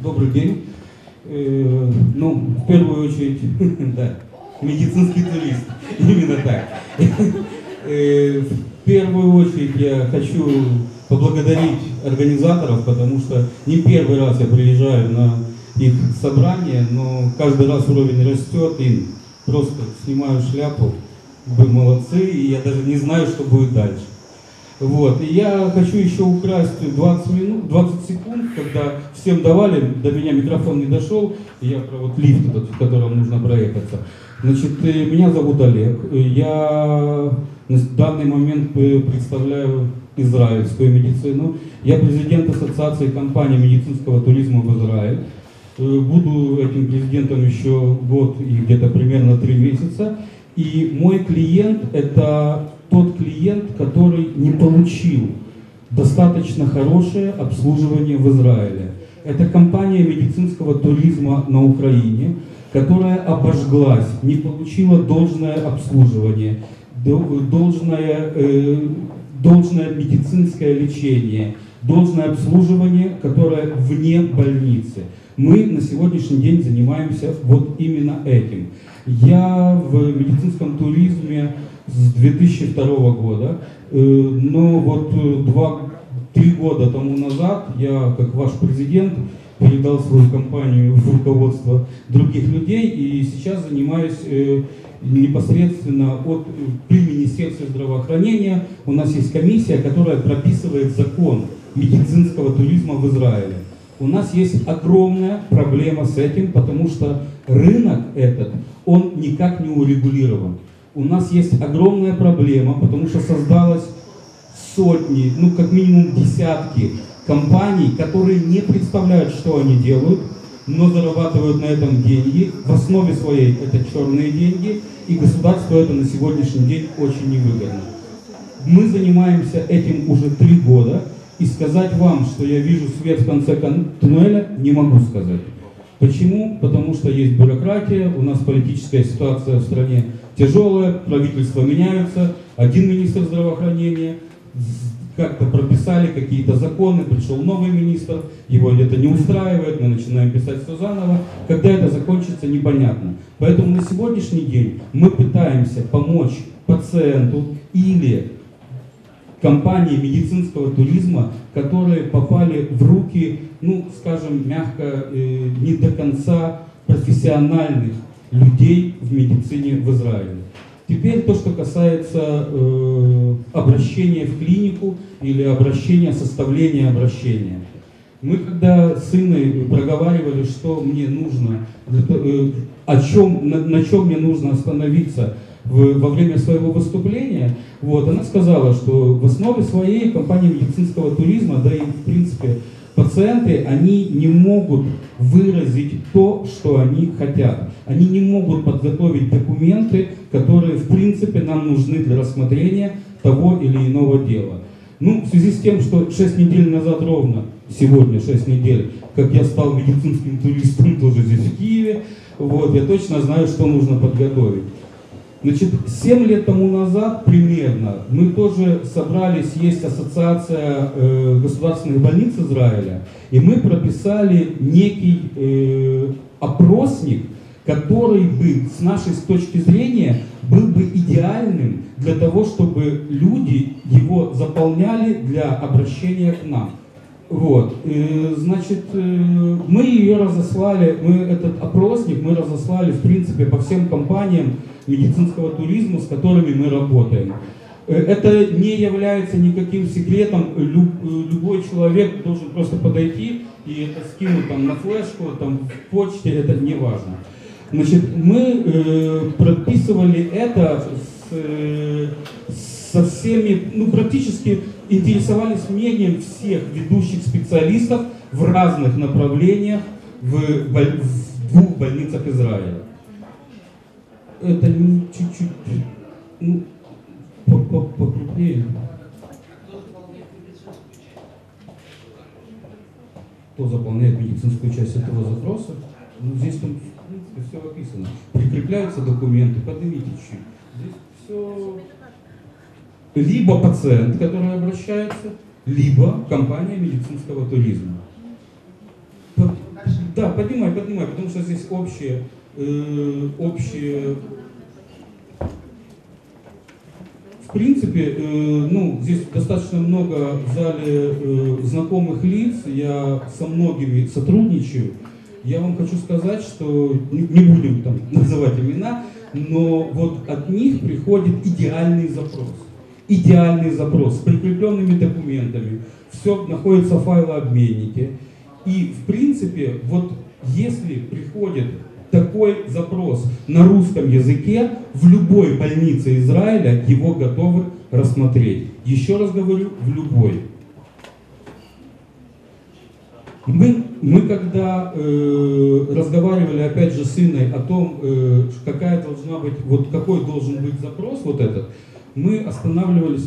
Добрый день. Ну, в первую очередь, да, медицинский турист. Именно так. В первую очередь я хочу поблагодарить организаторов, потому что не первый раз я приезжаю на их собрание, но каждый раз уровень растет, и просто снимаю шляпу. Вы молодцы, и я даже не знаю, что будет дальше. Вот. И я хочу еще украсть 20 секунд, когда всем давали, до меня микрофон не дошел, и я про вот лифт этот, в котором нужно проехаться. Значит, меня зовут Олег, я на данный момент представляю израильскую медицину. Я президент Ассоциации компаний медицинского туризма в Израиле. Буду этим президентом еще год и где-то примерно 3 месяца. И мой клиент – это тот клиент, который не получил достаточно хорошее обслуживание в Израиле. Это компания медицинского туризма на Украине, которая обожглась, не получила должное обслуживание, должное медицинское лечение, должное обслуживание, которое вне больницы. Мы на сегодняшний день занимаемся вот именно этим. Я в медицинском туризме с 2002 года, но вот 3 года тому назад я, как ваш президент, передал свою компанию в руководство других людей и сейчас занимаюсь непосредственно при Министерстве здравоохранения. У нас есть комиссия, которая прописывает закон медицинского туризма в Израиле. У нас есть огромная проблема с этим, потому что рынок этот, он никак не урегулирован. У нас есть огромная проблема, потому что создалось сотни, ну как минимум десятки компаний, которые не представляют, что они делают, но зарабатывают на этом деньги. В основе своей это черные деньги, и государству это на сегодняшний день очень невыгодно. Мы занимаемся этим уже 3 года, и сказать вам, что я вижу свет в конце туннеля, не могу сказать. Почему? Потому что есть бюрократия, у нас политическая ситуация в стране тяжелая, правительства меняются, один министр здравоохранения, как-то прописали какие-то законы, пришел новый министр, его это не устраивает, мы начинаем писать все заново. Когда это закончится, непонятно. Поэтому на сегодняшний день мы пытаемся помочь пациенту или компании медицинского туризма, которые попали в руки, ну, скажем мягко, не до конца профессиональных людей в медицине в Израиле. Теперь то, что касается обращения в клинику или составления обращения. Мы когда с Инной проговаривали, что мне нужно, на чем мне нужно остановиться во время своего выступления, вот, она сказала, что в основе своей компания медицинского туризма, да и в принципе пациенты, они не могут выразить то, что они хотят. Они не могут подготовить документы, которые в принципе нам нужны для рассмотрения того или иного дела. Ну, в связи с тем, что 6 недель назад ровно, сегодня 6 недель, как я стал медицинским туристом тоже здесь в Киеве, вот, я точно знаю, что нужно подготовить. Значит, 7 лет тому назад примерно мы тоже собрались, есть ассоциация государственных больниц Израиля, и мы прописали некий опросник, который бы с нашей точки зрения был бы идеальным для того, чтобы люди его заполняли для обращения к нам. Вот, значит, мы ее разослали, этот опросник мы разослали в принципе по всем компаниям медицинского туризма, с которыми мы работаем. Это не является никаким секретом, любой человек должен просто подойти и это скинуть там на флешку, там в почте, это не важно. Значит, мы прописывали это со всеми, ну практически интересовались мнением всех ведущих специалистов в разных направлениях в 2 больницах Израиля. Это чуть-чуть, ну, покрупнее. Кто заполняет медицинскую часть этого запроса? Ну, здесь там, в принципе, все описано. Прикрепляются документы, поднимите чуть. Здесь все... Либо пациент, который обращается, либо компания медицинского туризма. Да, поднимай, потому что здесь общие. В принципе, ну, здесь достаточно много в зале знакомых лиц, я со многими сотрудничаю. Я вам хочу сказать, что не будем там называть имена, но вот от них приходит идеальный запрос. Идеальный запрос с прикрепленными документами. Все находится в файлообменнике. И в принципе, вот если приходит такой запрос на русском языке, в любой больнице Израиля его готовы рассмотреть. Еще раз говорю, в любой. Мы когда разговаривали опять же с Инной о том, какая должна быть, вот какой должен быть запрос вот этот, мы останавливались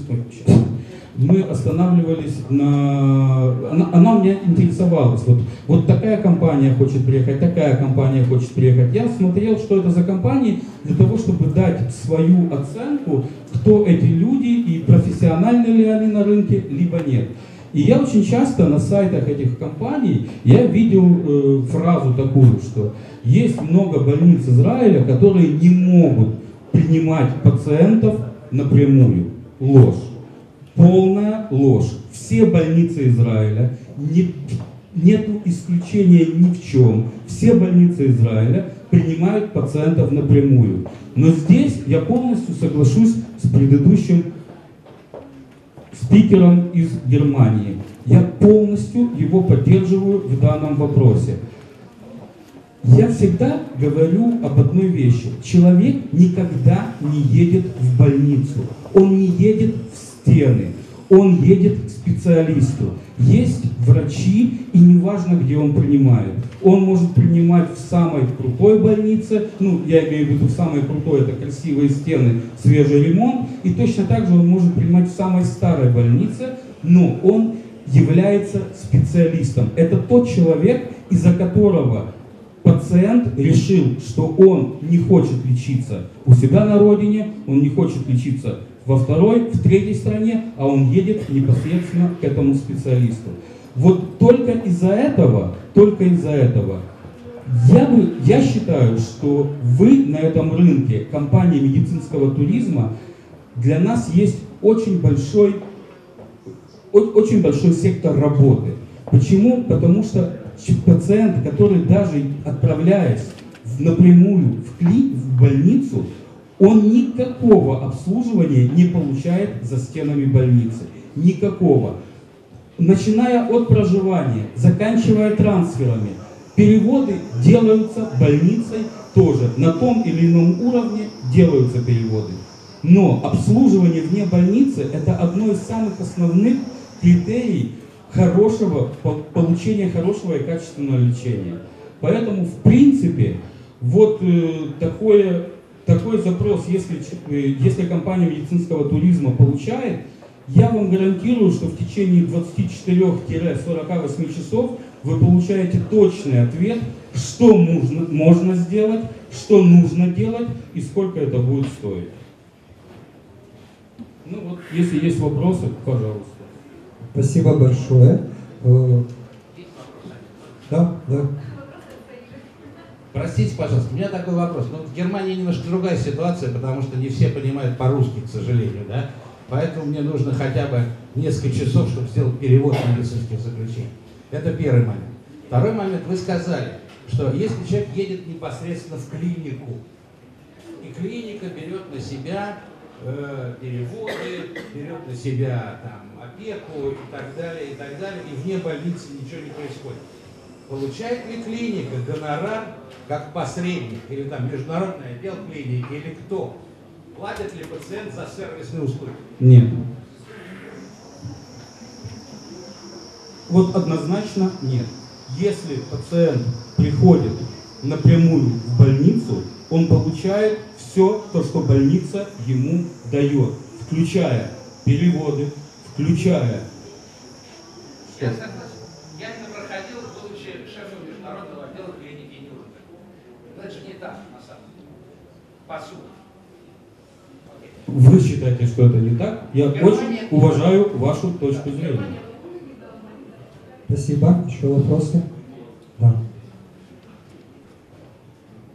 на... Она меня интересовалась. Вот такая компания хочет приехать, такая компания хочет приехать. Я смотрел, что это за компании, для того, чтобы дать свою оценку, кто эти люди и профессиональны ли они на рынке, либо нет. И я очень часто на сайтах этих компаний я видел фразу такую, что есть много больниц Израиля, которые не могут принимать пациентов напрямую. Ложь. Полная ложь. Все больницы Израиля, нету исключения ни в чем. Все больницы Израиля принимают пациентов напрямую. Но здесь я полностью соглашусь с предыдущим спикером из Германии. Я полностью его поддерживаю в данном вопросе. Я всегда говорю об одной вещи. Человек никогда не едет в больницу. Он не едет в стены. Он едет к специалисту. Есть врачи, и неважно, где он принимает. Он может принимать в самой крутой больнице, ну, я имею в виду самой крутой, это красивые стены, свежий ремонт, и точно так же он может принимать в самой старой больнице, но он является специалистом. Это тот человек, из-за которого пациент решил, что он не хочет лечиться у себя на родине, он не хочет лечиться во второй, в третьей стране, а он едет непосредственно к этому специалисту. Вот только из-за этого, я считаю, что вы на этом рынке, компания медицинского туризма, для нас есть очень большой сектор работы. Почему? Потому что пациент, который даже отправляясь напрямую в больницу, он никакого обслуживания не получает за стенами больницы. Никакого. Начиная от проживания, заканчивая трансферами, переводы делаются больницей тоже. На том или ином уровне делаются переводы. Но обслуживание вне больницы – это одно из самых основных критерий получения хорошего и качественного лечения. Поэтому, в принципе, вот такой запрос, если компания медицинского туризма получает, я вам гарантирую, что в течение 24-48 часов вы получаете точный ответ, что можно сделать, что нужно делать и сколько это будет стоить. Ну вот, если есть вопросы, пожалуйста. Спасибо большое. Да. Простите, пожалуйста, у меня такой вопрос. Ну, в Германии немножко другая ситуация, потому что не все понимают по-русски, к сожалению, да? Поэтому мне нужно хотя бы несколько часов, чтобы сделать перевод медицинских заключений. Это первый момент. Второй момент. Вы сказали, что если человек едет непосредственно в клинику, и клиника берет на себя переводы, берет на себя там, опеку и так далее, и вне больницы ничего не происходит. Получает ли клиника гонорар как посредник, или там международный отдел клиники, или кто? Платит ли пациент за сервисные услуги? Нет. Вот однозначно нет. Если пациент приходит напрямую в больницу, он получает все то, что больница ему дает, включая переводы, включая... Я согласен. Я это проходил, будучи шефом международного отдела клиники Нюрнберг. Но это же не так, на самом деле. По сути. Вы считаете, что это не так? Я очень уважаю вашу точку зрения. Спасибо. Еще вопросы? Да.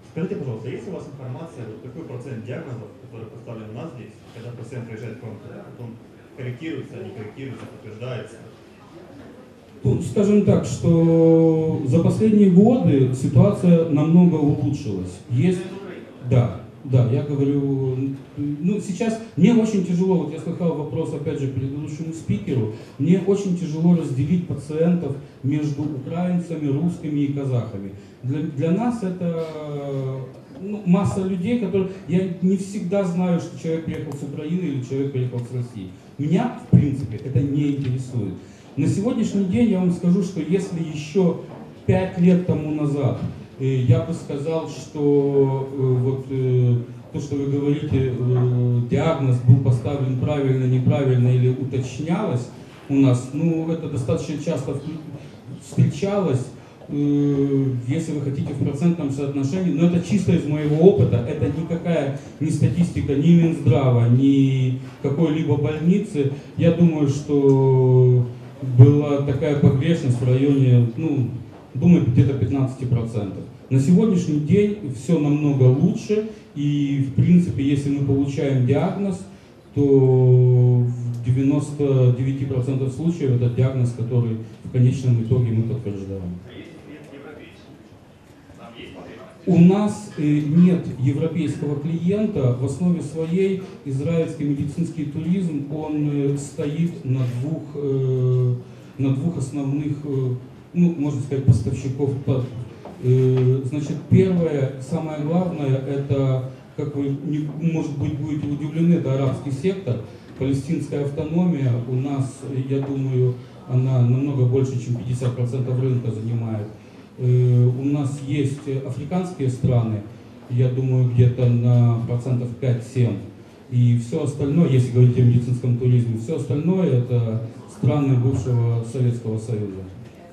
Скажите, пожалуйста, есть у вас информация, вот какой процент диагнозов, которые поставлены у нас здесь, когда пациент приезжает к вам, потом корректируется, не корректируется, подтверждается? Тут скажем так, что за последние годы ситуация намного улучшилась. Есть, да, я говорю, ну сейчас мне очень тяжело, вот я слыхал вопрос опять же предыдущему спикеру, мне очень тяжело разделить пациентов между украинцами, русскими и казахами. Для нас это масса людей, которые, я не всегда знаю, что человек приехал с Украины или человек приехал с России. Меня, в принципе, это не интересует. На сегодняшний день я вам скажу, что если еще 5 лет тому назад я бы сказал, что то, что вы говорите, диагноз был поставлен правильно, неправильно или уточнялось у нас, ну это достаточно часто встречалось, если вы хотите в процентном соотношении, но это чисто из моего опыта, это никакая не статистика ни Минздрава, ни какой-либо больницы. Я думаю, что была такая погрешность в районе, думаю, где-то 15%. На сегодняшний день все намного лучше, и в принципе, если мы получаем диагноз, то в 99% случаев это диагноз, который в конечном итоге мы подтверждаем. У нас нет европейского клиента, в основе своей израильский медицинский туризм, он стоит на двух основных, можно сказать, поставщиков. Значит, первое, самое главное, это, как вы, может быть, будете удивлены, это арабский сектор, палестинская автономия. У нас, я думаю, она намного больше, чем 50% рынка занимает. У нас есть африканские страны, я думаю, где-то на процентов 5-7. И все остальное, если говорить о медицинском туризме, все остальное это страны бывшего Советского Союза.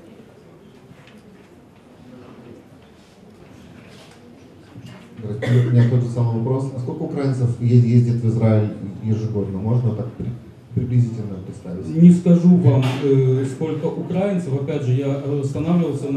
У меня тот же самый вопрос. А сколько украинцев ездит в Израиль ежегодно? Можно так приблизительно представить? Не скажу вам, сколько украинцев. Опять же, я останавливался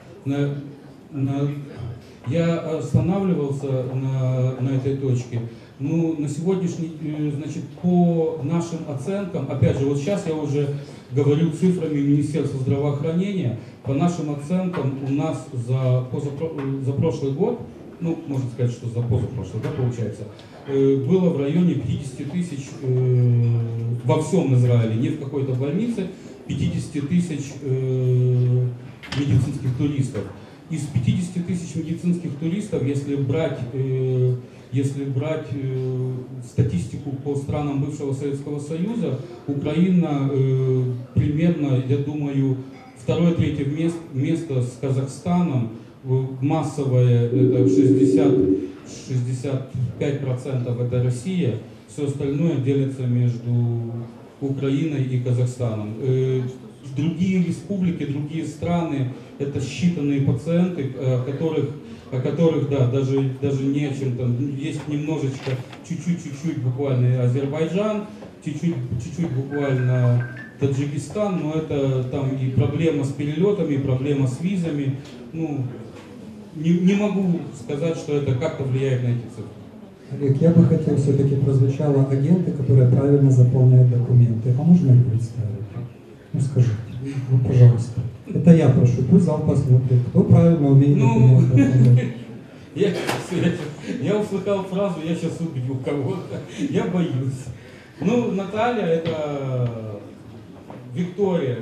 на этой точке. Ну, на сегодняшний, значит, по нашим оценкам, опять же, вот сейчас я уже говорю цифрами Министерства здравоохранения, по нашим оценкам у нас за прошлый год, можно сказать, что за позапрошлый, да, получается, было в районе 50 тысяч во всем Израиле, не в какой-то больнице, 50 тысяч медицинских туристов. Из 50 тысяч медицинских туристов, если брать статистику по странам бывшего Советского Союза, Украина примерно, я думаю, второе-третье место с Казахстаном, массовое это 65% это Россия, все остальное делится между Украиной и Казахстаном. Другие республики, другие страны, это считанные пациенты, о которых да, даже не о чем, там есть немножечко, чуть-чуть буквально Азербайджан, чуть-чуть буквально Таджикистан, но это там и проблема с перелетами, и проблема с визами. Не могу сказать, что это как-то влияет на эти цифры. Олег, я бы хотел, все-таки прозвучало агенты, которые правильно заполняют документы. А можно их представить? Скажите, пожалуйста. Это я прошу, пусть зал посмотрит, кто правильно умеет документы оформлять. Я услыхал фразу, я сейчас убью кого-то, я боюсь. Наталья, это Виктория,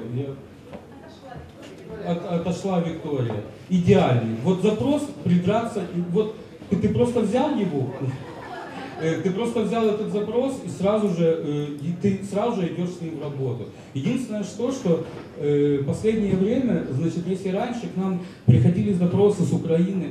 отошла Виктория. Идеальный. Вот запрос придраться, вот ты просто взял его, ты просто взял этот запрос и сразу же идешь с ним в работу. Единственное, что последнее время, значит, если раньше к нам приходили запросы с Украины,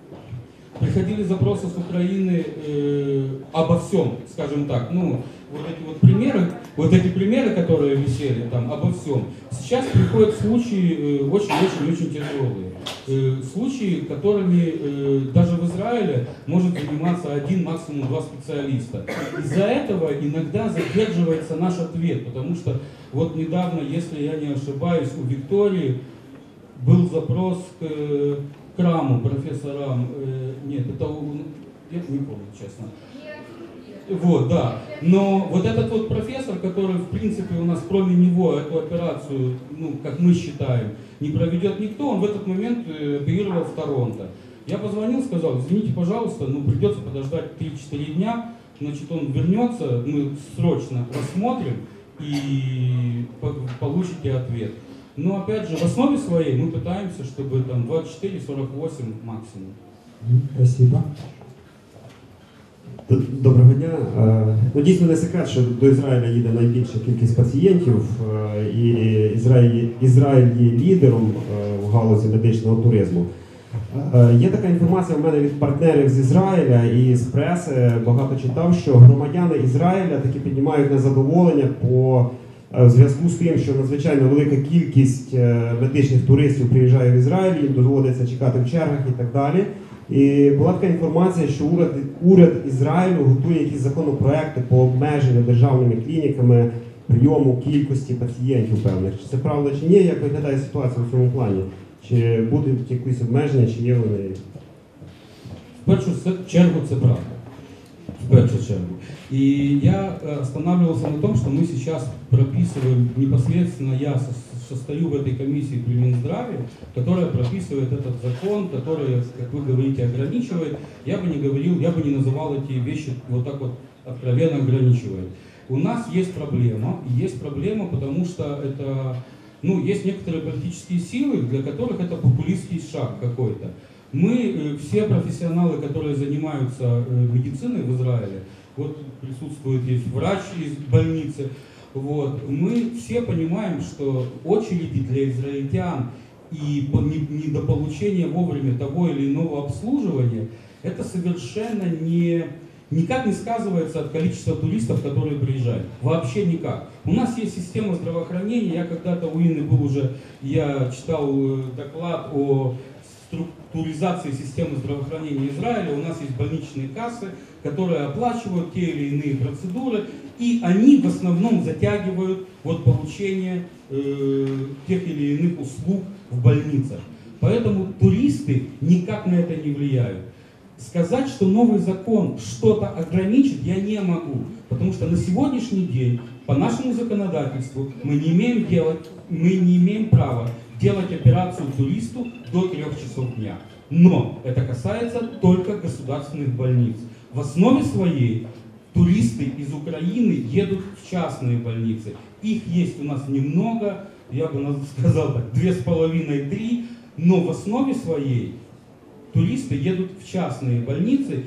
обо всем, скажем так, вот эти примеры, которые висели там, обо всем. Сейчас приходят случаи очень-очень-очень тяжелые. Случаи, которыми даже в Израиле может заниматься один, максимум два специалиста. Из-за этого иногда задерживается наш ответ, потому что вот недавно, если я не ошибаюсь, у Виктории был запрос Краму, профессорам, нет, это я не помню, честно. Вот, да. Но вот этот вот профессор, который, в принципе, у нас кроме него эту операцию, ну, как мы считаем, не проведет никто, он в этот момент оперировал в Торонто. Я позвонил, сказал, извините, пожалуйста, ну, придется подождать 3-4 дня, значит, он вернется, мы срочно рассмотрим и получите ответ. Но, опять же, в основе своей мы пытаемся, чтобы там 24-48 максимум. Спасибо. Доброго дня. Ну, дійсно не секрет, що до Ізраїля їде найбільша кількість пацієнтів, і Ізраїль є лідером в галузі медичного туризму. Є така інформація в мене від партнерів з Ізраїля і з преси, багато читав, що громадяни Ізраїля таки піднімають незадоволення в зв'язку з тим, що надзвичайно велика кількість медичних туристів приїжджає в Ізраїль, їм доводиться чекати в чергах і так далі. І була така інформація, що уряд Ізраїлю готує якісь законопроекти по обмеженню державними клініками прийому кількості пацієнтів певних. Чи це правда, чи ні? Як виглядає ситуація в цьому плані? Чи будуть якісь обмеження, чи є вони? В першу чергу це правда. В першу чергу. И я останавливался на том, что мы сейчас прописываем, непосредственно я состою в этой комиссии при Минздраве, которая прописывает этот закон, который, как вы говорите, ограничивает. Я бы не говорил, я бы не называл эти вещи вот так вот откровенно ограничивает. У нас есть проблема, потому что это, ну, есть некоторые политические силы, для которых это популистский шаг какой-то. Мы, все профессионалы, которые занимаются медициной в Израиле, вот присутствует есть врач из больницы, вот, мы все понимаем, что очереди для израильтян и недополучение вовремя того или иного обслуживания, это совершенно никак не сказывается от количества туристов, которые приезжают. Вообще никак. У нас есть система здравоохранения. Я когда-то у Инны был уже, я читал доклад о структуризации системы здравоохранения Израиля. У нас есть больничные кассы, которые оплачивают те или иные процедуры, и они в основном затягивают вот получение тех или иных услуг в больницах. Поэтому туристы никак на это не влияют. Сказать, что новый закон что-то ограничит, я не могу, потому что на сегодняшний день по нашему законодательству мы не имеем права делать операцию туристу до 3 часов дня. Но это касается только государственных больниц. В основе своей туристы из Украины едут в частные больницы. Их есть у нас немного, я бы сказал так, 2,5-3, но в основе своей туристы едут в частные больницы,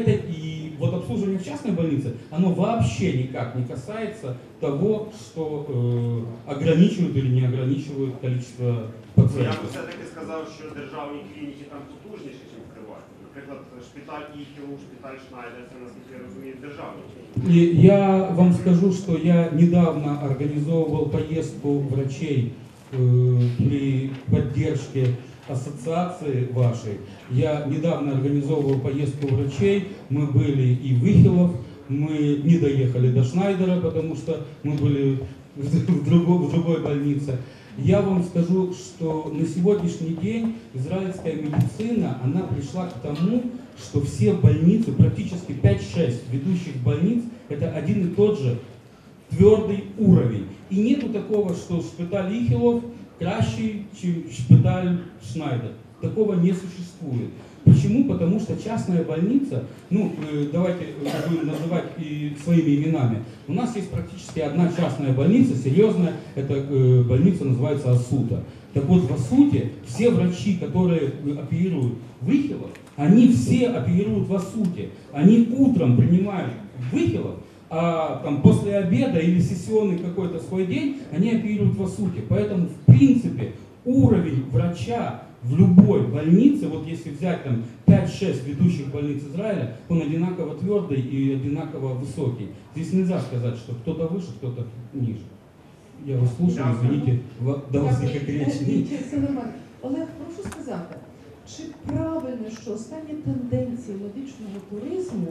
и вот обслуживание в частной больнице, оно вообще никак не касается того, что ограничивают или не ограничивают количество пациентов. Я бы все-таки сказал, что державные клиники там потужніші, ніж приватні. Наприклад, шпиталь Іхілу, шпиталь Шнайдер, це, наскільки я розумію, державні клініки. И я вам скажу, что я недавно организовывал поездку врачей при поддержке ассоциации вашей. Я недавно организовывал поездку врачей, мы были и в Ихилов, мы не доехали до Шнайдера, потому что мы были в другой больнице. Я вам скажу, что на сегодняшний день израильская медицина, она пришла к тому, что все больницы, практически 5-6 ведущих больниц, это один и тот же твердый уровень. И нету такого, что шпиталь Ихилов кращий, чем шпиталь Шнайдер. Такого не существует. Почему? Потому что частная больница, ну, давайте будем называть и своими именами. У нас есть практически одна частная больница, серьезная, эта больница называется Асута. Так вот, в Асуте все врачи, которые оперируют в Ихилов, они все оперируют в Асуте. Они утром принимают в Ихилов, а там после обеда или сессионный какой-то свой день они оперируют в Асуте. Поэтому, в принципе, уровень врача в любой больнице, вот если взять там 5-6 ведущих больниц Израиля, он одинаково твердый и одинаково высокий. Здесь нельзя сказать, что кто-то выше, кто-то ниже. Я вас слушаю, извините, до вас никак речи нет. Це нормально. Олег, прошу сказати, чи правильно, що останні тенденції медичного туризму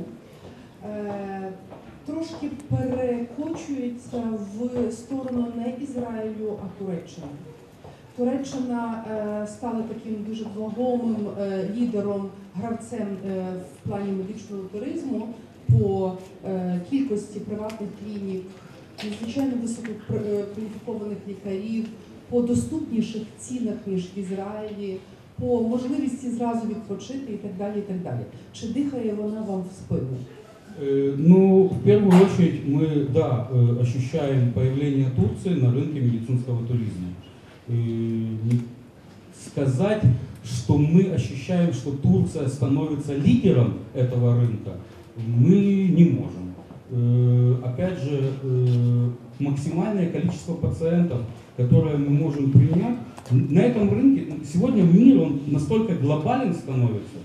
трошки перекочуються в сторону не Ізраїлю, а Туреччини? Туреччина стала таким дуже вагомим лідером, гравцем в плані медичного туризму по кількості приватних клінік, надзвичайно висококваліфікованих лікарів, по доступніших цінах, ніж в Ізраїлі, по можливості зразу відпочити і так далі, і так далі. Чи дихає вона вам в спину? Ну, в первую очередь мы, да, ощущаем появление Турции на рынке медицинского туризма. Сказать, что мы ощущаем, что Турция становится лидером этого рынка, мы не можем. Опять же, максимальное количество пациентов, которое мы можем принять, на этом рынке, сегодня мир, он настолько глобален становится,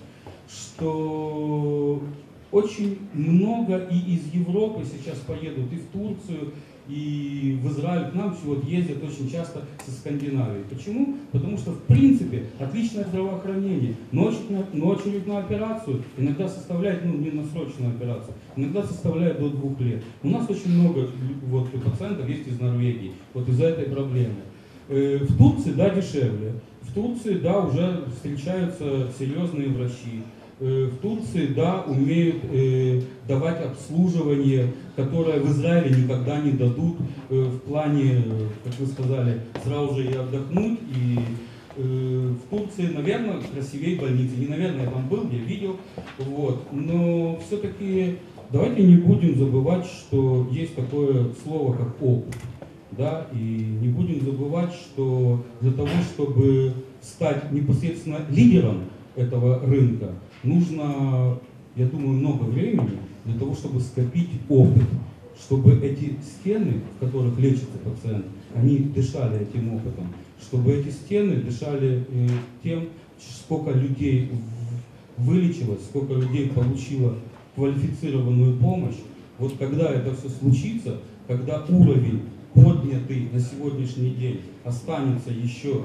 что очень много и из Европы сейчас поедут и в Турцию, и в Израиль. К нам вот ездят очень часто со Скандинавии. Почему? Потому что, в принципе, отличное здравоохранение, но очередь на операцию иногда составляет, ну, не на срочную операцию, иногда составляет до 2 лет. У нас очень много вот, пациентов есть из Норвегии, вот из-за этой проблемы. В Турции, да, дешевле. В Турции, да, уже встречаются серьезные врачи. В Турции, да, умеют давать обслуживание, которое в Израиле никогда не дадут в плане, как вы сказали, сразу же и отдохнуть. И в Турции, наверное, красивее больницы. Не наверное, я там был, я видел. Вот. Но все-таки давайте не будем забывать, что есть такое слово, как опыт. Да? И не будем забывать, что для того, чтобы стать непосредственно лидером этого рынка, нужно, я думаю, много времени для того, чтобы скопить опыт, чтобы эти стены, в которых лечится пациент, они дышали этим опытом, чтобы эти стены дышали тем, сколько людей вылечилось, сколько людей получило квалифицированную помощь. Вот когда это все случится, когда уровень, поднятый на сегодняшний день, останется еще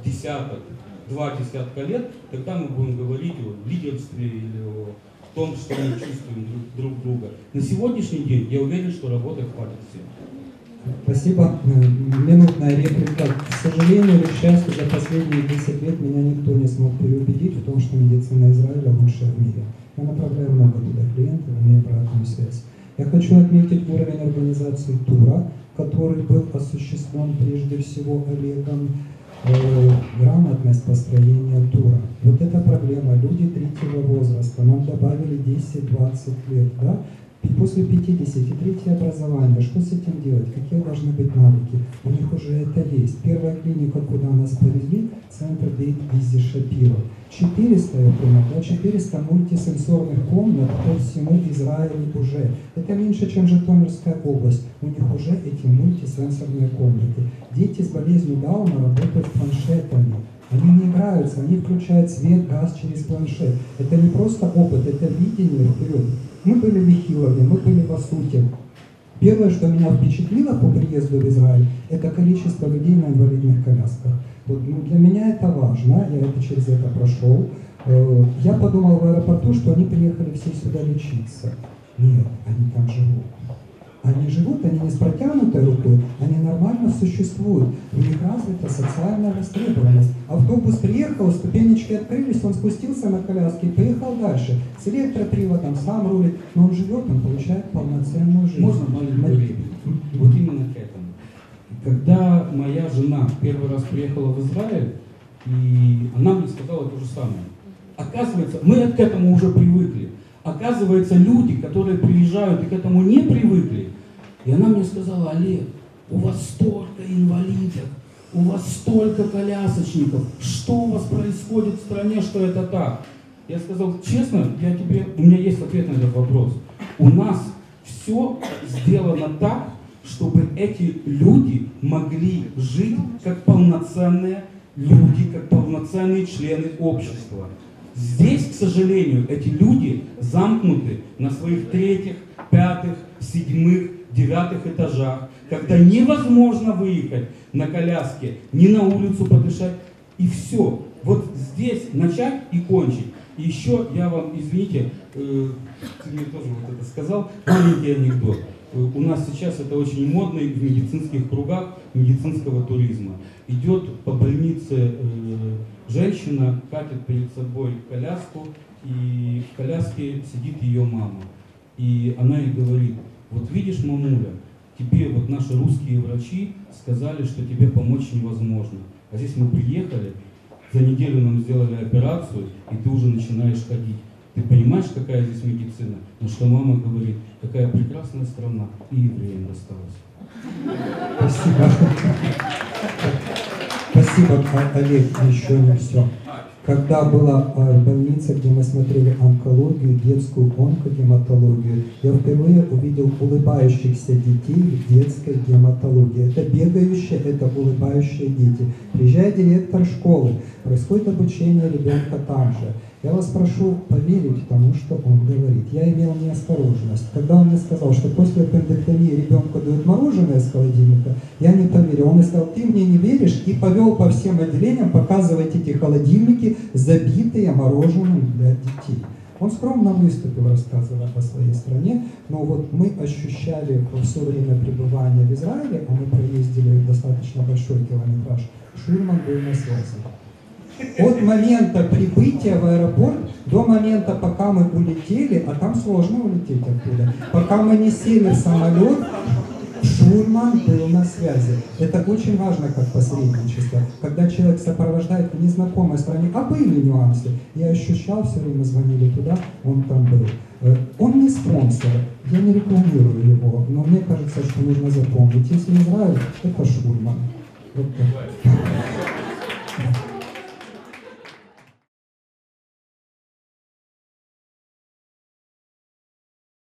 два десятка лет, тогда мы будем говорить о лидерстве или о том, что мы чувствуем друг друга. На сегодняшний день я уверен, что работы хватит всем. Спасибо. Минутная реплика. К сожалению или к счастью, за последние 10 лет меня никто не смог переубедить в том, что медицина Израиля лучшая в мире. Я направляю много туда клиентов, имею обратную связь. Я хочу отметить уровень организации тура, который был осуществлен прежде всего Олегом, грамотность построения тура. Вот эта проблема. Люди третьего возраста, нам добавили 10-20 лет, да? И после 50, третье образование, что с этим делать? Какие должны быть навыки? У них уже это есть. Первая клиника, куда нас повезли, центр Дейт Изи Шапиро. 400, я понял, да, 400 мультисенсорных комнат по всему Израилю уже. Это меньше, чем Житомирская область. У них уже эти мультисенсорные комнаты. Дети с болезнью Дауна работают с планшетами. Они не играются, они включают свет, газ через планшет. Это не просто опыт, это видение вперед. Мы были в Ихилове, мы были в Асуте. Первое, что меня впечатлило по приезду в Израиль, это количество людей на инвалидных колясках. Вот, ну, для меня это важно, я через это прошел. Я подумал в аэропорту, что они приехали все сюда лечиться. Нет, они там живут. Они живут, они не с протянутой рукой, они нормально существуют. У них развита социальная востребованность. Автобус приехал, ступенечки открылись, он спустился на коляске и поехал дальше. С электроприводом, сам рулит, но он живет, он получает полноценную жизнь. Можно маленькую реплику? Вот именно к этому. Когда моя жена первый раз приехала в Израиль, и она мне сказала то же самое. Оказывается, мы к этому уже привыкли. Оказывается, люди, которые приезжают и к этому не привыкли, и она мне сказала: Олег, у вас столько инвалидов, у вас столько колясочников, что у вас происходит в стране, что это так? Я сказал: честно, у меня есть ответ на этот вопрос. У нас все сделано так, чтобы эти люди могли жить как полноценные люди, как полноценные члены общества. Здесь, к сожалению, эти люди замкнуты на своих 3-х, 5-х, 7-х, 9-х этажах, когда невозможно выехать на коляске, ни на улицу подышать, и все. Вот здесь начать и кончить. И еще я вам, извините, ты мне тоже вот это сказал, маленький анекдот. у нас сейчас это очень модно в медицинских кругах, медицинского туризма. Идет по больнице женщина, катит перед собой коляску, и в коляске сидит ее мама. И она ей говорит: вот видишь, мамуля, тебе вот наши русские врачи сказали, что тебе помочь невозможно. А здесь мы приехали, за неделю нам сделали операцию, и ты уже начинаешь ходить. Ты понимаешь, какая здесь медицина? На что мама говорит: какая прекрасная страна, и евреям досталось. Спасибо. Спасибо, Олег, еще не все. Когда была в больнице, где мы смотрели онкологию, детскую онкогематологию, я впервые увидел улыбающихся детей в детской гематологии. Это бегающие, это улыбающие дети. Приезжает директор школы, происходит обучение ребенка там же. Я вас прошу поверить тому, что он говорит. Я имел неосторожность. Когда он мне сказал, что после аппендэктомии ребенку дают мороженое из холодильника, я не поверил. Он мне сказал: ты мне не веришь, и повел по всем отделениям показывать эти холодильники, забитые мороженым для детей. Он скромно выступил, рассказывая о своей стране, но вот мы ощущали все время пребывания в Израиле, а мы проездили достаточно большой километраж, Шульман был на связи. От момента прибытия в аэропорт до момента, пока мы улетели, а там сложно улететь оттуда, пока мы не сели в самолет, Шульман был на связи. Это очень важно как посредничество. Когда человек сопровождает в незнакомой стране, а были нюансы, я ощущал, все время звонили туда, он там был. Он не спонсор, я не рекламирую его, но мне кажется, что нужно запомнить, если Израиль, это Шульман. Вот так.